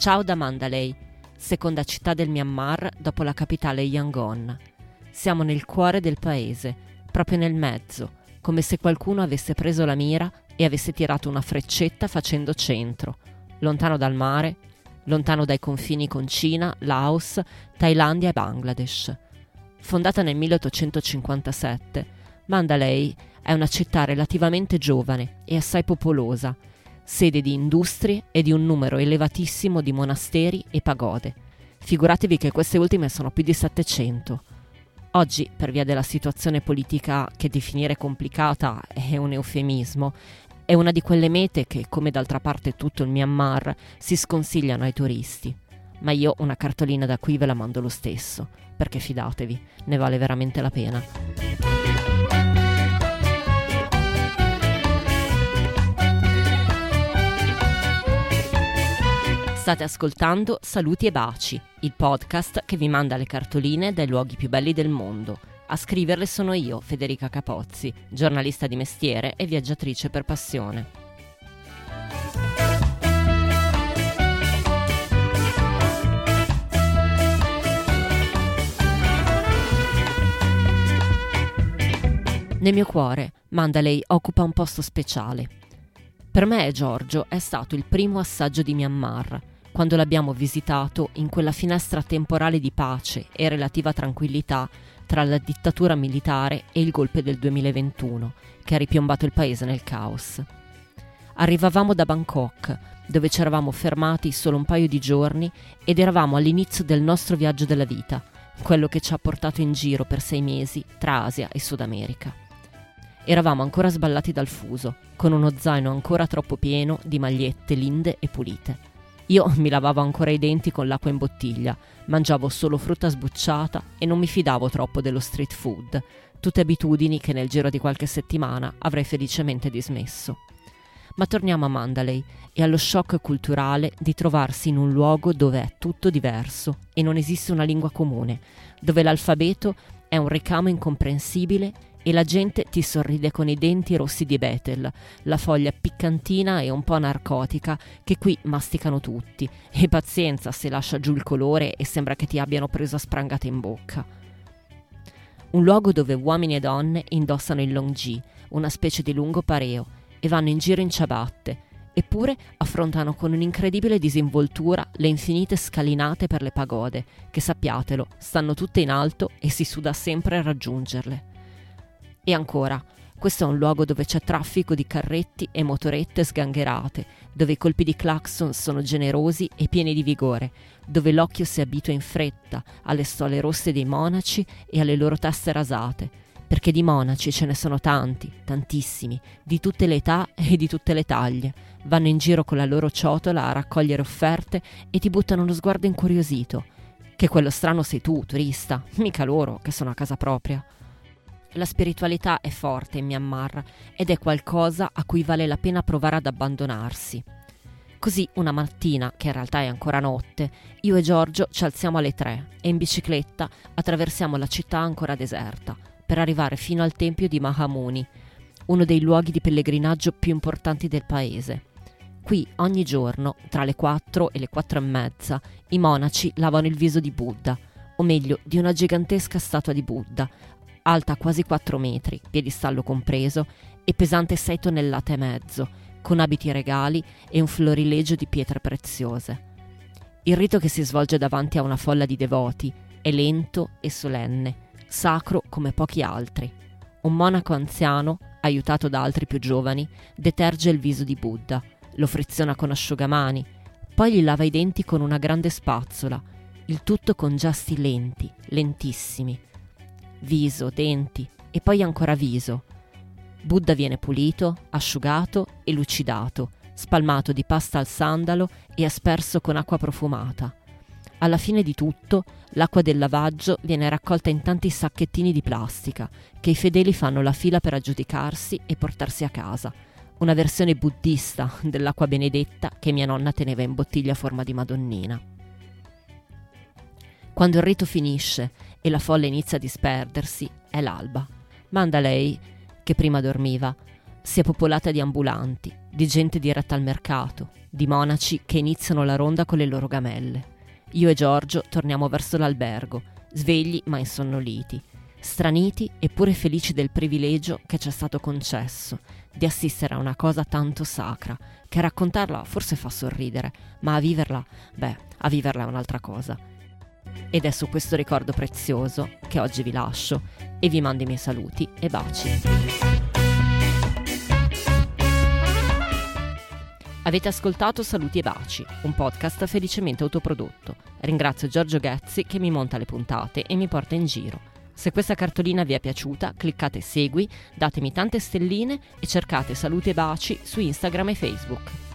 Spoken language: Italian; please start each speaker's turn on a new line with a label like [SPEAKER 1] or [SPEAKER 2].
[SPEAKER 1] Ciao da Mandalay, seconda città del Myanmar dopo la capitale Yangon. Siamo nel cuore del paese, proprio nel mezzo, come se qualcuno avesse preso la mira e avesse tirato una freccetta facendo centro, lontano dal mare, lontano dai confini con Cina, Laos, Thailandia e Bangladesh. Fondata nel 1857, Mandalay è una città relativamente giovane e assai popolosa, sede di industrie e di un numero elevatissimo di monasteri e pagode. Figuratevi che queste ultime sono più di 700. Oggi, per via della situazione politica che definire complicata è un eufemismo, è una di quelle mete che, come d'altra parte tutto il Myanmar, si sconsigliano ai turisti. Ma io una cartolina da qui ve la mando lo stesso, perché fidatevi, ne vale veramente la pena. State ascoltando Saluti e Baci, il podcast che vi manda le cartoline dai luoghi più belli del mondo. A scriverle sono io, Federica Capozzi, giornalista di mestiere e viaggiatrice per passione. Nel mio cuore, Mandalay occupa un posto speciale. Per me e Giorgio è stato il primo assaggio di Myanmar, quando l'abbiamo visitato in quella finestra temporale di pace e relativa tranquillità tra la dittatura militare e il golpe del 2021, che ha ripiombato il paese nel caos. Arrivavamo da Bangkok, dove ci eravamo fermati solo un paio di giorni ed eravamo all'inizio del nostro viaggio della vita, quello che ci ha portato in giro per 6 mesi tra Asia e Sud America. Eravamo ancora sballati dal fuso, con uno zaino ancora troppo pieno di magliette linde e pulite. Io mi lavavo ancora i denti con l'acqua in bottiglia, mangiavo solo frutta sbucciata e non mi fidavo troppo dello street food, tutte abitudini che nel giro di qualche settimana avrei felicemente dismesso. Ma torniamo a Mandalay e allo shock culturale di trovarsi in un luogo dove è tutto diverso e non esiste una lingua comune, dove l'alfabeto è un ricamo incomprensibile e la gente ti sorride con i denti rossi di Betel, la foglia piccantina e un po' narcotica che qui masticano tutti, e pazienza se lascia giù il colore e sembra che ti abbiano preso a sprangate in bocca. Un luogo dove uomini e donne indossano il longji, una specie di lungo pareo, e vanno in giro in ciabatte, eppure affrontano con un'incredibile disinvoltura le infinite scalinate per le pagode, che sappiatelo, stanno tutte in alto e si suda sempre a raggiungerle. E ancora, questo è un luogo dove c'è traffico di carretti e motorette sgangherate, dove i colpi di clacson sono generosi e pieni di vigore, dove l'occhio si abitua in fretta alle stole rosse dei monaci e alle loro teste rasate, perché di monaci ce ne sono tanti, tantissimi, di tutte le età e di tutte le taglie. Vanno in giro con la loro ciotola a raccogliere offerte e ti buttano uno sguardo incuriosito. Che quello strano sei tu, turista, mica loro che sono a casa propria. La spiritualità è forte in Myanmar ed è qualcosa a cui vale la pena provare ad abbandonarsi. Così una mattina, che in realtà è ancora notte, io e Giorgio ci alziamo alle 3 e in bicicletta attraversiamo la città ancora deserta per arrivare fino al tempio di Mahamuni, uno dei luoghi di pellegrinaggio più importanti del paese. Qui ogni giorno, tra le 4 e le 4:30, i monaci lavano il viso di Buddha, o meglio di una gigantesca statua di Buddha, alta quasi 4 metri, piedistallo compreso, e pesante 6 tonnellate e mezzo, con abiti regali e un florilegio di pietre preziose. Il rito che si svolge davanti a una folla di devoti è lento e solenne, sacro come pochi altri. Un monaco anziano, aiutato da altri più giovani, deterge il viso di Buddha, lo friziona con asciugamani, poi gli lava i denti con una grande spazzola, il tutto con gesti lenti, lentissimi. Viso, denti e poi ancora viso. Buddha viene pulito, asciugato e lucidato, spalmato di pasta al sandalo e asperso con acqua profumata. Alla fine di tutto, l'acqua del lavaggio viene raccolta in tanti sacchettini di plastica che i fedeli fanno la fila per aggiudicarsi e portarsi a casa. Una versione buddista dell'acqua benedetta che mia nonna teneva in bottiglia a forma di Madonnina. Quando il rito finisce e la folla inizia a disperdersi, è l'alba. Mandalay, che prima dormiva, si è popolata di ambulanti, di gente diretta al mercato, di monaci che iniziano la ronda con le loro gamelle. Io e Giorgio torniamo verso l'albergo, svegli ma insonnoliti, straniti eppure felici del privilegio che ci è stato concesso di assistere a una cosa tanto sacra, che raccontarla forse fa sorridere, ma a viverla è un'altra cosa. Ed è su questo ricordo prezioso che oggi vi lascio e vi mando i miei saluti e baci. Avete ascoltato Saluti e Baci, un podcast felicemente autoprodotto. Ringrazio Giorgio Ghezzi che mi monta le puntate e mi porta in giro. Se questa cartolina vi è piaciuta, cliccate segui, datemi tante stelline e cercate Saluti e Baci su Instagram e Facebook.